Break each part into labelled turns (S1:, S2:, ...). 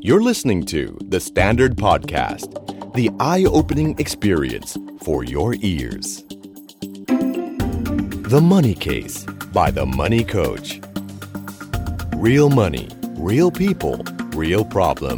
S1: You're listening to The Standard Podcast, the eye-opening experience for your ears. The Money Case by The Money Coach. Real money, real people, real problem.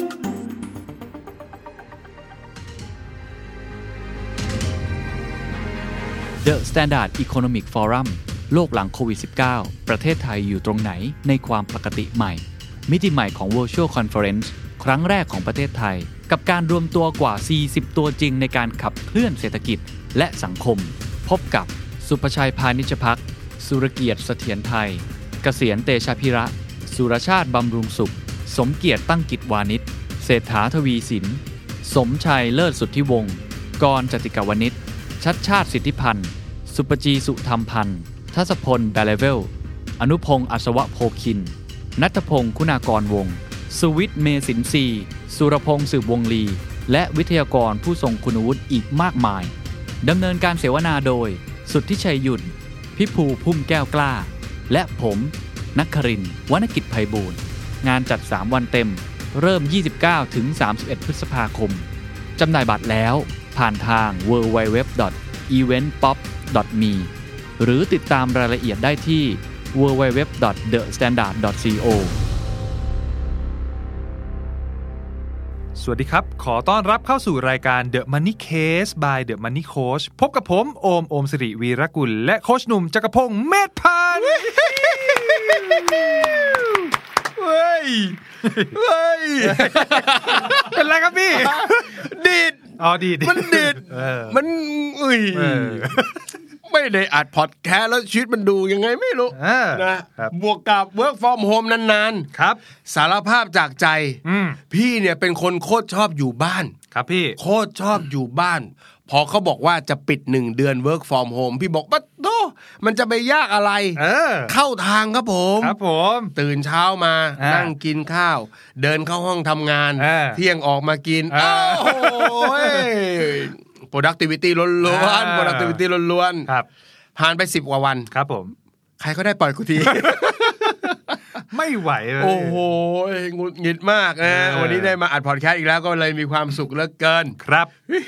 S2: The Standard Economic Forum โลกหลังโควิด -19 ประเทศไทยอยู่ตรงไหนในความปกติใหม่มิติใหม่ของ Virtual Conference ครั้งแรกของประเทศไทยกับการรวมตัวกว่า40ตัวจริงในการขับเคลื่อนเศรษฐกิจและสังคมพบกับสุภชัยพานิชภักดิ์สุรเกียรติเสถียรไทยเกษียณเตชะพิระสุรชาติบำรุงสุขสมเกียรติตั้งกิจวานิชเศรษฐาทวีสินสมชัยเลิศสุทธิวงศ์กรจติกาวนิชชัดชาติสิทธิพันธ์สุปจีสุธรรมพันธ์ทัศพลแบลเลเวลอนุพงศ์อัศวะโพคินณัฐพงศ์คุณากรวงศ์สุวิทย์เมสินทรีสุรพงศ์สืบวงลีและวิทยากรผู้ทรงคุณวุฒิอีกมากมายดำเนินการเสวนาโดยสุทธิชัยหยุ่นพิภูพุ่มแก้วกล้าและผมนักครินทร์วรรณกิจไพบูลย์งานจัด3วันเต็มเริ่ม 29-31 พฤษภาคมจำหน่ายบัตรแล้วผ่านทาง www.eventpop.me หรือติดตามรายละเอียดได้ที่ www.thestandard.co
S3: สวัสดีครับขอต้อนรับเข้าสู่รายการ The Money Case by The Money Coach พบกับผมโอมสิริวีรกุลและโค้ชหนุ่มจักรพงษ์เมธพันธ์เฮ้ยเป็นไรครับพี่
S4: ดีด
S3: ดีด
S4: มันดีดมันไม่ได้อัดพอดแคสต์แล้วชีวิตมันดูยังไงไม่รู้นะบวกกับ work from home นานๆ
S3: ครับ
S4: สารภาพจากใจพี่เนี่ยเป็นคนโคตรชอบอยู่บ้าน
S3: ครับพี่
S4: โคตรชอบอยู่บ้านพอเขาบอกว่าจะปิด1เดือน work from home พี่บอกว่าโธ่มันจะไปยากอะไรเข้าทางครับผมตื่นเช้ามานั่งกินข้าวเดินเข้าห้องทำงานเที่ยงออกมากินโอ้โหproductivity ล้วนๆ productivity ล้วน
S3: ๆครับ
S4: ผ่านไป10กว่าวัน
S3: ครับผม
S4: ใครก็ได้ปล่อยกูที
S3: ไม่ไหวเลย
S4: โอ้โหหงุดหงิดมากนะวันนี้ได้มาอัดพอดแคสต์อีกแล้วก็เลยมีความสุขเหลือเกิน
S3: ครับ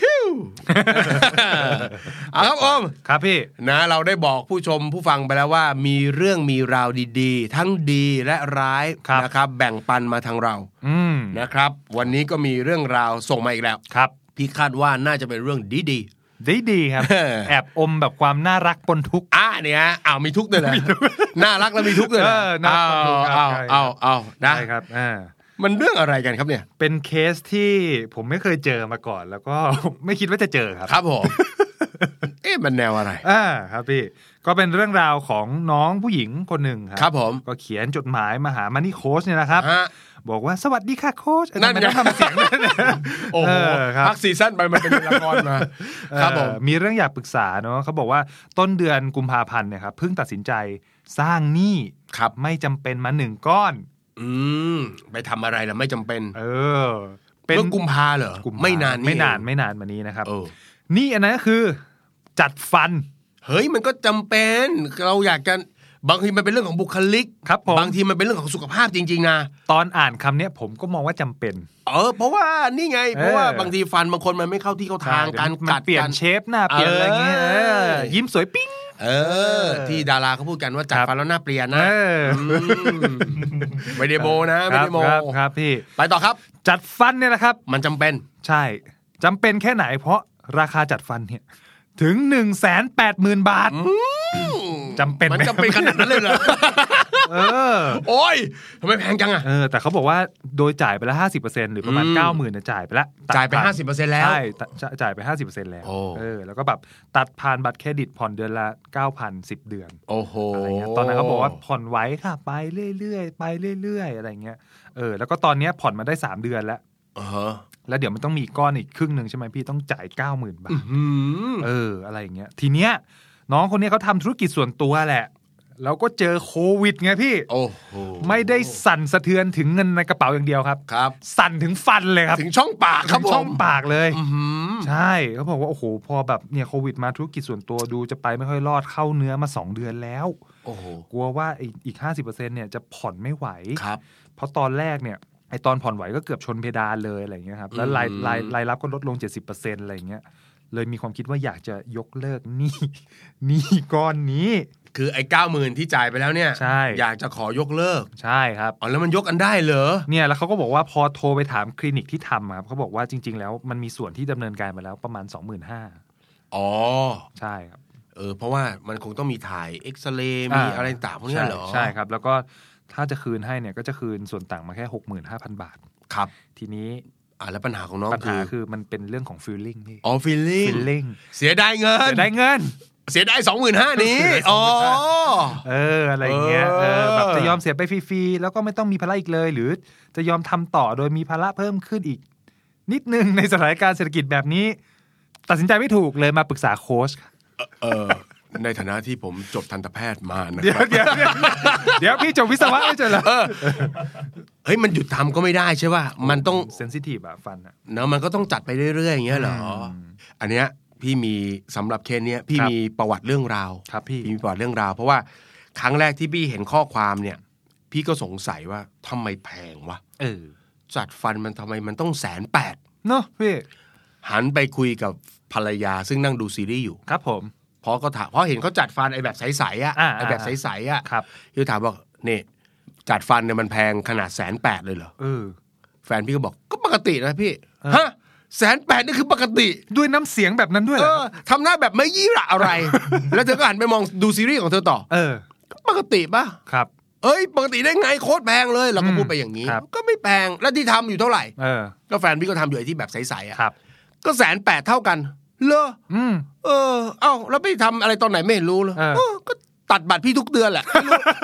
S4: เอาครับ
S3: ครับพี่
S4: นะเราได้บอกผู้ชมผู้ฟังไปแล้วว่ามีเรื่องมีราวดีๆทั้งดีและร้ายนะครับแบ่งปันมาทางเรานะครับวันนี้ก็มีเรื่องราวส่งมาอีกแล้ว
S3: ครับ
S4: พี่คาดว่าน่าจะเป็นเรื่องดี
S3: ครับ แอบอมแบบความน่ารักปนทุกข์
S4: เนี่ยมีทุกข์ด้วยนะน่ารักแล้วมีทุกข์ด้วยเอา
S3: นะครับ
S4: มันเรื่องอะไรกันครับเนี่ย
S3: เป็นเคสที่ผมไม่เคยเจอมาก่อนแล้วก็ไม่คิดว่าจะเจอครับ
S4: ครับผมมันแนวอะไร
S3: ครับพี่ก็เป็นเรื่องราวของน้องผู้หญิงคนหนึ่ง
S4: ครับผม
S3: ก็เขียนจดหมายมาหามันนี่โค้ชเนี่ยนะครับบอกว่าสวัสดีค่ะโค้ช
S4: นั่นไง
S3: ทำเสียง
S4: โอ้โหพักซีซั่นไปมันเป็นละครมาครับผม
S3: มีเรื่องอยากปรึกษาเนาะเขาบอกว่าต้นเดือนกุมภาพันธ์เนี่ยครับเพิ่งตัดสินใจสร้างหนี้
S4: ครับ
S3: ไม่จำเป็นมา1ก้อน
S4: ไปทำอะไรล่ะไม่จำเป็น
S3: เป็น
S4: กุมภาเหรอไม่นาน
S3: มานี้นะครับนี่อันนั้นก็คือจัดฟัน
S4: เฮ้ยมันก็จำเป็นเราอยากจะบางทีมันเป็นเรื่องของบุคลิก
S3: ครับ
S4: บางทีมันเป็นเรื่องของสุขภาพจริงๆนะ
S3: ตอนอ่านคำนี้ผมก็มองว่าจำเป็น
S4: เพราะว่านี่ไงเพราะว่าบางทีฟันบางคนมันไม่เข้าที่เข้าทางการกัด
S3: เปลี่ยนเชฟหน้าเปลี่ยนอะไรเงี้ยยิ้มสวยปิ๊ง
S4: ที่ดาราเขาพูดกันว่าจัดฟันแล้วหน้าเปลี่ยนนะไม่ได้โมนะไม่ได้โม
S3: ครับพี่
S4: ไปต่อครับ
S3: จัดฟันเนี่ยนะครับ
S4: มันจำเป็น
S3: ใช่จำเป็นแค่ไหนเพราะราคาจัดฟันเนี่ยถึง 180,000 บาทจำเป็น
S4: มันจำเป็นขนาดนั้นเลยเหรอโอ้ยทำไมแพงจัง
S3: แต่เขาบอกว่าโดยจ่ายไปแล้ว 50% หรือประมาณ 90,000 เนี่ยจ่ายไปแล้ว
S4: จ่ายไป 50% แล้ว
S3: ใช่จ่ายไป 50% แล้วแล้วก็แบบตัดผ่านบัตรเครดิตผ่อนเดือนละ 9,000 10 เดือน
S4: โอ้โห
S3: อะไรเงี้ยตอนนั้นเขาบอกว่าผ่อนไหวค่ะไปเรื่อยๆไปเรื่อยๆอะไรเงี้ยแล้วก็ตอนนี้ผ่อนมาได้3เดือนแล้วแล้วเดี๋ยวมันต้องมีก้อนอีกครึ่งนึงใช่ไหมพี่ต้องจ่าย 90,000 บาทอะไรอย่างเงี้ยทีเนี้ยน้องคนนี้เขาทำธุรกิจส่วนตัวแหละแล้วก็เจอโควิดไงพี่ไม่ได้สั่นสะเทือนถึงเงินในกระเป๋าอย่างเดียวครับสั่นถึงฟันเลยครับ
S4: ถึงช่องปากครับ
S3: ช่องปากเลยใช่เขาบอกว่าโอ้โหพอแบบเนี่ยโควิดมาธุรกิจส่วนตัวดูจะไปไม่ค่อยรอดเข้าเนื้อมา2เดือนแล้วกลัวว่าอีก 50% เนี่ยจะผ่อนไม่ไหวเพราะตอนแรกเนี่ยไอตอนผ่อนไหวก็เกือบชนเพดานเลยอะไรเงี้ยครับแล้วรายรับก็ลดลง 70% อะไรเงี้ยเลยมีความคิดว่าอยากจะยกเลิกหนี้ก้อนนี้
S4: คือไอ้ 90,000 ที่จ่ายไปแล้วเนี่ยอยากจะขอยกเลิก
S3: ใช่ครับ
S4: อ๋อแล้วมันยกกันได้เหรอ
S3: เนี่ยแล้วเขาก็บอกว่าพอโทรไปถามคลินิกที่ทำครับเขาบอกว่าจริงๆแล้วมันมีส่วนที่ดำเนินการไปแล้วประมาณ 25,000
S4: อ๋อ
S3: ใช่ครับ
S4: เพราะว่ามันคงต้องมีถ่ายเอ็กซเรย์มีอะไรต่างพวกนี้เหรอ
S3: ใช่ครับแล้วก็ถ้าจะคืนให้เนี่ยก็จะคืนส่วนต่างมาแค่ 65,000 บาท
S4: ครับ
S3: ทีนี้
S4: แล้วปัญหาของน้อง
S3: คือมันเป็นเรื่องของ feeling พี่
S4: feeling เสียดายเงินเสียดาย 25,000 นี้
S3: อะไรเงี้ยแบบจะยอมเสียไปฟรีๆแล้วก็ไม่ต้องมีภาระอีกเลยหรือจะยอมทำต่อโดยมีภาระเพิ่มขึ้นอีกนิดนึงในสถานการณ์เศรษฐกิจแบบนี้ตัดสินใจไม่ถูกเลยมาปรึกษาโค้ช
S4: ในฐานะที่ผมจบทันตแพทย์มานะ
S3: เดี๋ยวพี่จบวิศวะไม่ใช่เหรอ
S4: เฮ้ยมันหยุดทำก็ไม่ได้ใช่ป่ะมันต้อง
S3: เซนซิทีฟอะฟันอะ
S4: เนอะมันก็ต้องจัดไปเรื่อยๆอย่างเงี้ยเหรออันเนี้ยพี่มีสำหรับเคสเนี้ยพี่มีประวัติเรื่องราว
S3: ครับพี่
S4: มีประวัติเรื่องราวเพราะว่าครั้งแรกที่พี่เห็นข้อความเนี่ยพี่ก็สงสัยว่าทำไมแพงวะจัดฟันมันทำไมมันต้อง180,000
S3: เนาะพี่
S4: หันไปคุยกับภรรยาซึ่งนั่งดูซีรีส์อยู่
S3: ครับผม
S4: เพราะเห็นเขาจัดฟันไอ้แบบใสๆอ่ะไอ้แบบใสๆอ่ะพี่ถามบอกนี่จัดฟันเนี่ยมันแพงขนาด180,000เลยเหรอแฟนพี่ก็บอกก็ปกตินะพี่ฮะ180,000นี่คือปกติ
S3: ด้วยน้ำเสียงแบบนั้นด้วยเหรอ
S4: ทำหน้าแบบไม่ยี่ระอะไร แล้วเธอก็หันไปมองดูซีรีส์ของเธอต่อปกติป่ะ
S3: ครับ
S4: ปกติได้ไงโคตรแพงเลยเราก็พูดไปอย่างนี้ก็ไม่แพงแล้วที่ทำอยู่เท่าไหร่ก็แฟนพี่ก็ทำอยู่ไอ้ที่แบบใสๆอ่ะก็180,000เท่ากันเหรอเอ้าแล้วไปทำอะไรตอนไหนไม่รู้เลยก็ตัดบัตรพี่ทุกเดือนแหละ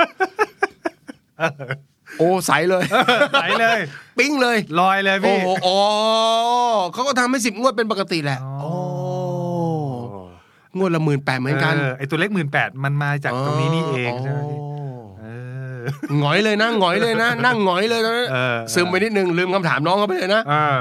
S4: โอ้ใสเลยปิ๊งเลย
S3: ลอยเลยพี่
S4: โอ้เขาก็ทำให้10 งวดเป็นปกติแหละงวดละ 18,000 เหมือนกัน
S3: ไอตัวเลข 18,000 มันมาจากตรงนี้นี่เองใช่ไหม
S4: หงอยเลยนะนั่งหงอยเลยนะซึมไปนิดนึงลืมคำถามน้องเขาไปเลยนะ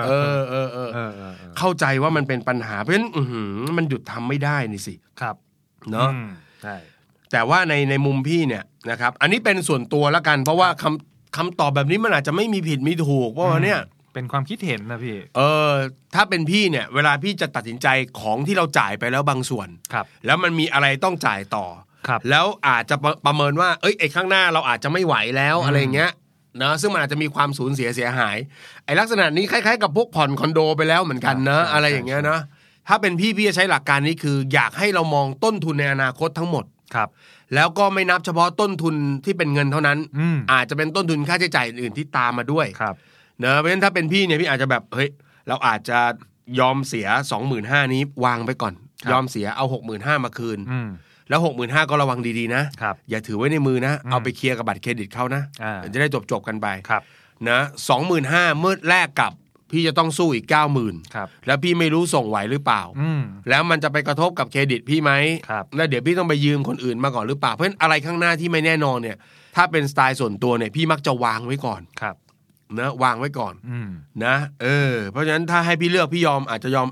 S4: เข้าใจว่ามันเป็นปัญหาเพราะฉะนั้นมันหยุดทำไม่ได้นี่สิ
S3: ครับ
S4: เนาะใช่แต่ว่าในมุมพี่เนี่ยนะครับอันนี้เป็นส่วนตัวละกันเพราะว่าคำตอบแบบนี้มันอาจจะไม่มีผิดมีถูกเพราะว่าเนี่ย
S3: เป็นความคิดเห็นนะพี่
S4: ถ้าเป็นพี่เนี่ยเวลาพี่จะตัดสินใจของที่เราจ่ายไปแล้วบางส่วนแล้วมันมีอะไรต้องจ่ายต่อแล้วอาจจะประเมินว่าไอ้ข้างหน้าเราอาจจะไม่ไหวแล้วอะไรเงี้ยนะซึ่งมันอาจจะมีความสูญเสียหายไอ้ลักษณะนี้คล้ายๆกับพวกผ่อนคอนโดไปแล้วเหมือนกันนะอะไรอย่างเงี้ยนะถ้าเป็นพี่จะใช้หลักการนี้คืออยากให้เรามองต้นทุนในอนาคตทั้งหมด
S3: ครับ
S4: แล้วก็ไม่นับเฉพาะต้นทุนที่เป็นเงินเท่านั้นอาจจะเป็นต้นทุนค่าใช้จ่ายอื่นที่ตามมาด้วยนะเพราะฉะนั้นถ้าเป็นพี่เนี่ยพี่อาจจะแบบเฮ้ยเราอาจจะยอมเสีย 25,000 นี้วางไปก่อนยอมเสียเอา 65,000 มาคืนแล้ว 65,000 ก็ระวังดีๆนะอย่าถือไว้ในมือนะเอาไปเคลียร์กับบัตรเครดิตเขานะจะได้จบกันไปนะ 25,000 เมื่อแลกกับพี่จะต้องสู้อีก 90,000 แล้วพี่ไม่รู้ส่งไหวหรือเปล่าแล้วมันจะไปกระทบกับเครดิตพี่ไหมแล้วเดี๋ยวพี่ต้องไปยืมคนอื่นมาก่อนหรือเปล่าเพราะฉะนั้นอะไรข้างหน้าที่ไม่แน่นอนเนี่ยถ้าเป็นสไตล์ส่วนตัวเนี่ยพี่มักจะวางไว้ก่อนนะวางไว้ก่อนนะเพราะฉะนั้นถ้าให้พี่เลือกพี่ยอมอาจจะยอม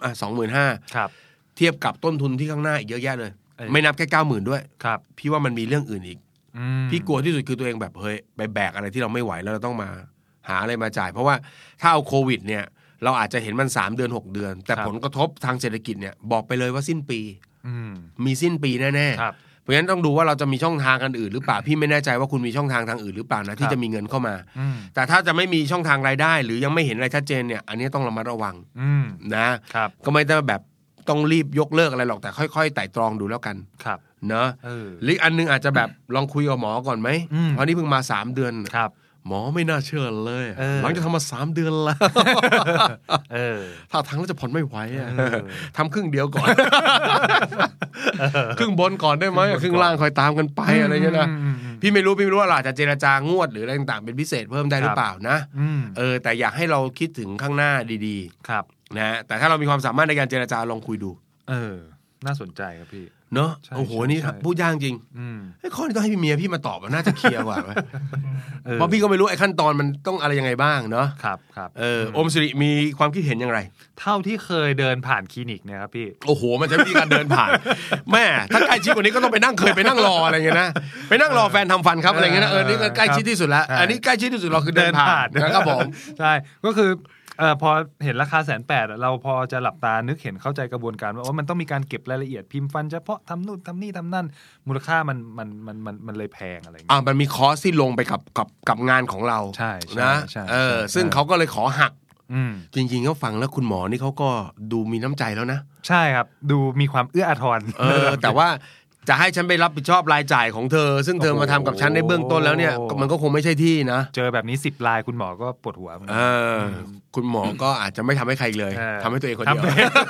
S4: 25,000 เทียบกับต้นทุนที่ข้างหน้าอีกเยอะแยะเลยไม่นับแค่ 90,000 ด้วยพี่ว่ามันมีเรื่องอื่นอีกพี่กลัวที่สุดคือตัวเองแบบเฮ้ยไปแบกอะไรที่เราไม่ไหวแล้วเราต้องมาหาอะไรมาจ่ายเพราะว่าถ้าเอาโควิดเนี่ยเราอาจจะเห็นมัน3 เดือน 6 เดือนแต่ผลกระทบทางเศรษฐกิจเนี่ยบอกไปเลยว่าสิ้นปีมีสิ้นปีแน่ๆเพราะฉะนั้นต้องดูว่าเราจะมีช่องทางกันอื่นหรือเปล่าพี่ไม่แน่ใจว่าคุณมีช่องทางทางอื่นหรือเปล่านะที่จะมีเงินเข้ามาแต่ถ้าจะไม่มีช่องทางรายได้หรือยังไม่เห็นอะไรชัดเจนเนี่ยอันนี้ต้องระมัดระวังนะก็ไม่ได้แบบต้องรีบยกเลิกอะไรหรอกแต่ค่อยๆไต่ตรองดูแล้วกันเนอะหรืออันนึงอาจจะแบบลองคุยกับหมอก่อนไหมเพราะนี่เพิ่งมา3 เดือนหมอไม่น่าเชื่อเลยหลังจากทำมา3 เดือนแล้วถ้าทางแล้วจะผ่อนไม่ไหวทำครึ่งเดียวก่อนครึ่งบนก่อนได้ไหมครึ่งล่างคอยตามกันไปอะไรเงี้ยนะพี่ไม่รู้ว่าเราจะเจรจางวดหรืออะไรต่างๆเป็นพิเศษเพิ่มได้หรือเปล่านะแต่อยากให้เราคิดถึงข้างหน้าดีๆนะแต่ถ้าเรามีความสามารถในการเจรจาลองคุยดู
S3: น่าสนใจครับพี่
S4: เนาะโอ้โหนี่พูดยากจริงไอ้ข้อนี้ต้องให้พี่เมียพี่มาตอบน่าจะเคลียร์กว่าไหมเพราะพี่ก็ไม่รู้ไอ้ขั้นตอนมันต้องอะไรยังไงบ้างเนาะ
S3: ครับ
S4: โอมสิริมีความคิดเห็นอย่างไร
S3: เท่าที่เคยเดินผ่านคลินิกเนี่ยครับพี่
S4: โอ้โหมันจะมีการเดินผ่านแม่ถ้าใกล้ชิดกว่านี้ก็ต้องไปนั่งเคยไปนั่งรออะไรเงี้ยนะไปนั่งรอแฟนทำฟันครับอะไรเงี้ยนะนี่ก็ใกล้ชิดที่สุดแล้วอันนี้ใกล้ชิดที่สุดเราคือเดินผ่านนะครับผม
S3: ใช่ก็คือพอเห็นราคา180,000เราพอจะหลับตานึกเห็นเข้าใจกระบวนการว่ามันต้องมีการเก็บรายละเอียดพิมพ์ฟันเฉพาะทำนู่นทำนี่ทำนั่นมูลค่ามันเลยแพงอะไรอย่างเงี้ย
S4: มันมีคอสที่ลงไปกับงานของเรา
S3: ใช่
S4: นะซึ่งเขาก็เลยขอหักจริงๆเขาฟังแล้วคุณหมอนี่เขาก็ดูมีน้ำใจแล้วนะ
S3: ใช่ครับดูมีความเอื้ออาทร
S4: แต่ว่าจะให้ฉันไปรับผิดชอบรายจ่ายของเธอซึ่งเธอมาทำกับฉันในเบื้องต้นแล้วเนี่ยมันก็คงไม่ใช่ที่นะ
S3: เจอแบบนี้10 รายคุณหมอก็ปวดหัว
S4: คุณหมอก็อาจจะไม่ทำให้ใครเลยทำให้ตัวเองคนเดียว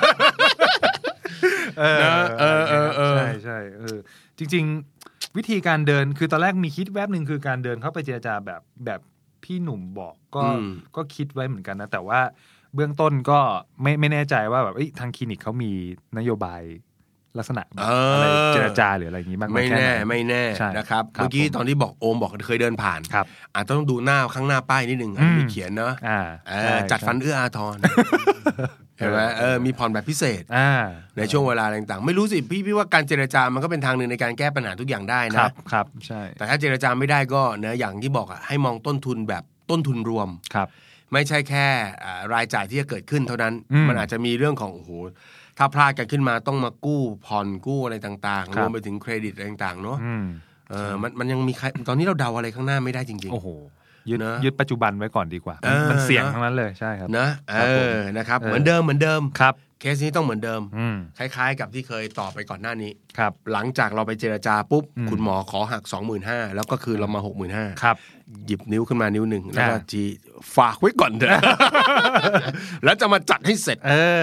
S3: ใช่จริงๆวิธีการเดินคือตอนแรกมีคิดแวบนึงคือการเดินเข้าไปเจรจาแบบพี่หนุ่มบอกก็คิดไว้เหมือนกันนะแต่ว่าเบื้องต้นก็ไม่แน่ใจว่าแบบทางคลินิกเขามีนโยบายลักษณะอะไรเจรจาหรืออะไรอย่างนี้บ้าง
S4: ไม่แน่นะครับเมื่อกี้ตอนที่บอกโอมบอกเคยเดินผ่านอาจจะต้องดูหน้าข้างหน้าป้ายนิดนึงมีเขียนเนาะจัดฟันเอื้ออาทรเห็นไหมมีผ่อนแบบพิเศษในช่วงเวลาต่างๆไม่รู้สิพี่ว่าการเจรจามันก็เป็นทางหนึ่งในการแก้ปัญหาทุกอย่างได้
S3: นะครับใช่
S4: แต่ถ้าเจรจาไม่ได้ก็เนะอย่างที่บอกให้มองต้นทุนแบบต้นทุนรวมไม่ใช่แค่รายจ่ายที่จะเกิดขึ้นเท่านั้นมันอาจจะมีเรื่องของโอ้โหถ้าพลาดกันขึ้นมาต้องมากู้ผ่อนกู้อะไรต่างๆรวมไปถึงเครดิตอะไรต่างๆเนาะมันยังมีใครตอนนี้เราเดาอะไรข้างหน้าไม่ได้จริงๆ
S3: โอ้โหยึดปัจจุบันไว้ก่อนดีกว่ามันเสี่ยงทั้งนั้นเลยใช่ครับ
S4: นะนะครับเหมือนเดิม
S3: ครับ
S4: เคสนี้ต้องเหมือนเดิมคล้ายๆกับที่เคยตอบไปก่อนหน้านี้
S3: ครับ
S4: หลังจากเราไปเจรจาปุ๊บคุณหมอขอหัก 25,000 แล้วก็คือเรามา 65,000
S3: ครับ
S4: หยิบนิ้วขึ้นมานิ้วหนึ่งแล้วก็จีฝากไว้ก่อนเถอะแล้วจะมาจัดให้เสร็จ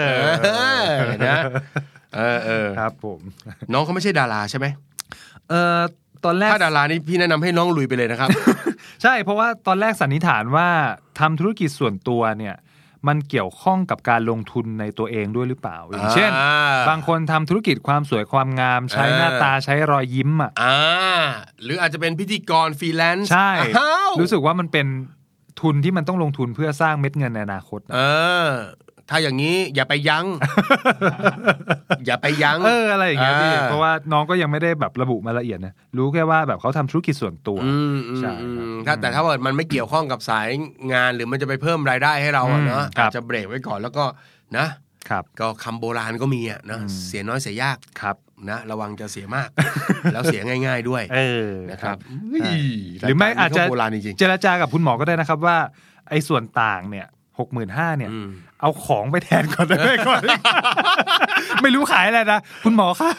S3: นะครับผม
S4: น้องเขาไม่ใช่ดาราใช่ไหม
S3: ตอนแรก
S4: ถ้าดารานี่พี่แนะนำให้น้องลุยไปเลยนะครับ
S3: ใช่เพราะว่าตอนแรกสันนิษฐานว่าทำธุรกิจส่วนตัวเนี่ยมันเกี่ยวข้องกับการลงทุนในตัวเองด้วยหรือเปล่าอย่างเช่นบางคนทำธุรกิจความสวยความงามใช้หน้าตาใช้รอยยิ้ม
S4: หรืออาจจะเป็นพิธีกรฟรีแลนซ์
S3: ใช่รู้สึกว่ามันเป็นทุนที่มันต้องลงทุนเพื่อสร้างเม็ดเงินในอนาคต
S4: ถ้าอย่างนี้อย่าไปยั้ง อย่าไปยั้ง
S3: อะไรอย่างเงี้ยพี่เพราะว่าน้องก็ยังไม่ได้แบบระบุมาละเอียดนะรู้แค่ว่าแบบเขาทำธุรกิจส่วนตัว
S4: ใช่แต่ถ้าว่ามันไม่เกี่ยวข้องกับสายงานหรือมันจะไปเพิ่มรายได้ให้เราเนาะอาจจะเบรกไว้ก่อนแล้วก็นะครับก็คำโบราณก็มีนะเสียน้อยเสียยาก
S3: ครับ
S4: นะระวังจะเสียมาก แล้วเสียง่ายๆด้วยนะครับ
S3: หรือไม่อาจจะเจรจากับคุณหมอก็ได้นะครับว่าไอ้ส่วนต่างเนี่ย65,000เนี่ยเอาของไปแทนก่อนได้ก่อนไม่รู้ขายอะไรนะคุณหมอคะ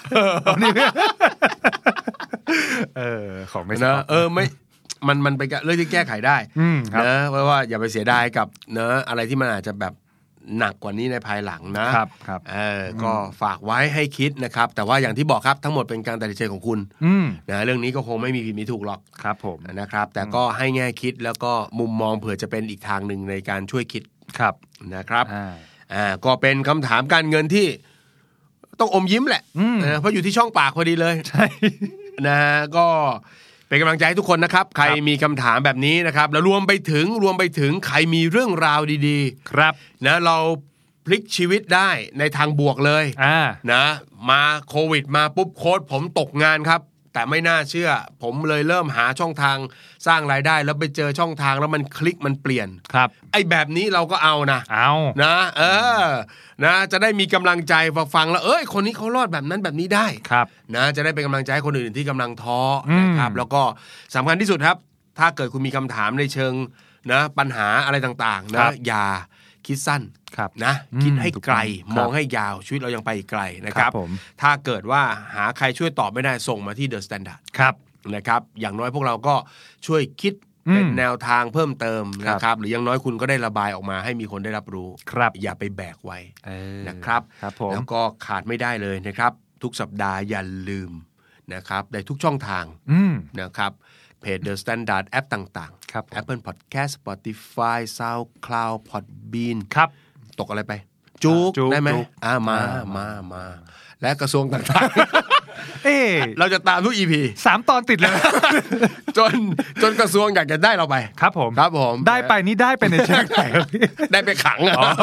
S3: ของไม่
S4: นะไม่มันเป็นเรื่องที่แก้ไขได้นะเพราะว่าอย่าไปเสียดายกับเนอะอะไรที่มันอาจจะแบบหนักกว่านี้ในภายหลังนะครับก็ฝากไว้ให้คิดนะครับแต่ว่าอย่างที่บอกครับทั้งหมดเป็นการตัดสินใจของคุณนะเรื่องนี้ก็คงไม่มีผิดมีถูกหรอก
S3: ครับผม
S4: นะครับแต่ก็ให้แง่คิดแล้วก็มุมมองเผื่อจะเป็นอีกทางหนึ่งในการช่วยคิด
S3: ครับ
S4: นะครับก็เป็นคำถามการเงินที่ต้องอมยิ้มแหละเพราะอยู่ที่ช่องปากพอดีเลย
S3: ใช่
S4: นะก็เป็นกำลังใจให้ทุกคนนะครับใครมีคำถามแบบนี้นะครับแล้วรวมไปถึงใครมีเรื่องราวดี
S3: ๆครับ
S4: นะเราพลิกชีวิตได้ในทางบวกเลยนะมาโควิดมาปุ๊บโค้ชผมตกงานครับแต่ไม่น่าเชื่อผมเลยเริ่มหาช่องทางสร้างรายได้แล้วไปเจอช่องทางแล้วมันคลิกมันเปลี่ยน
S3: ครับ
S4: ไอ้แบบนี้เราก็เอานะนะนะจะได้มีกำลังใจฟังแล้วคนนี้เขารอดแบบนั้นแบบนี้ได้
S3: ครับ
S4: นะจะได้เป็นกำลังใจให้คนอื่นที่กำลังท้อนะครับแล้วก็สำคัญที่สุดครับถ้าเกิดคุณมีคำถามในเชิงนะปัญหาอะไรต่างๆนะอย่าคิดสั้นนะคิดให้ไกลมองให้ยาวชีวิตเรายังไปไกลนะครับถ้าเกิดว่าหาใครช่วยตอบไม่ได้ส่งมาที่ The Standard
S3: ครับ
S4: นะครับอย่างน้อยพวกเราก็ช่วยคิดเป็นแนวทางเพิ่มเติมนะครับหรืออย่างน้อยคุณก็ได้ระบายออกมาให้มีคนได้รับรู้อย่าไปแบกไว้นะครับแล้วก็ขาดไม่ได้เลยนะครับทุกสัปดาห์อย่าลืมนะครับในทุกช่องทางนะครับเพจ The Standard แอปต่างๆ Apple Podcast Spotify SoundCloud Podbean
S3: ครับ
S4: ตกอะไรไปจุกได้ไหมมาและกระทรวงต่างเราจะตามทุก EP
S3: 3 ตอนติดเลย
S4: จนกระทรวงอยากจะได้เราไป
S3: ครับผมได้ไปนี่ได้ไปในเชิงไหน
S4: ได้ไปขัง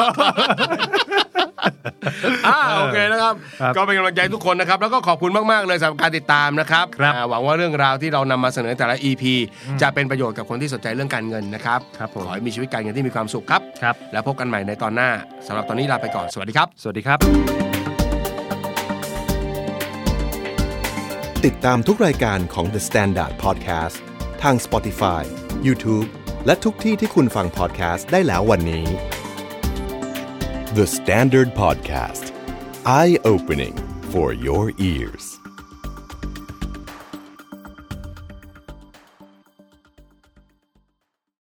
S4: โอเคนะครับก็เป็นกำลังใจทุกคนนะครับแล้วก็ขอบคุณมากๆเลยสำหรับการติดตามนะครับหวังว่าเรื่องราวที่เรานำมาเสนอแต่ละ EP จะเป็นประโยชน์กับคนที่สนใจเรื่องการเงินนะครับขอให้มีชีวิตการเงินที่มีความสุขครับแล้วพบกันใหม่ในตอนหน้าสำหรับตอนนี้ลาไปก่อนสวัสดีครับ
S3: สวัสดีครับ
S1: ติดตามทุกรายการของ The Standard Podcast ทาง Spotify, YouTube และทุกที่ที่คุณฟัง podcast ได้แล้ววันนี้ The Standard Podcast Eye Opening for your ears